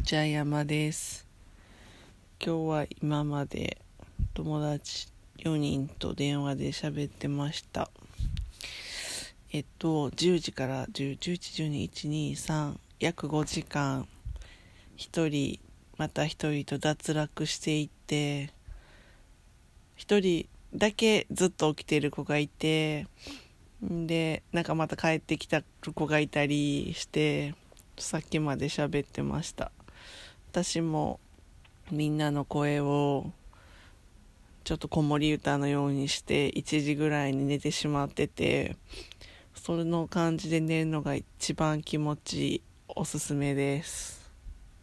じゃあ山です。今日は今まで友達4人と電話で喋ってました。10時から10、11、12、1、2、3約5時間一人また一人と脱落していって、一人だけずっと起きてる子がいて、でなんかまた帰ってきた子がいたりしてさっきまで喋ってました。私もみんなの声をちょっと子守歌のようにして1時ぐらいに寝てしまってて、その感じで寝るのが一番気持ちいい。おすすめです。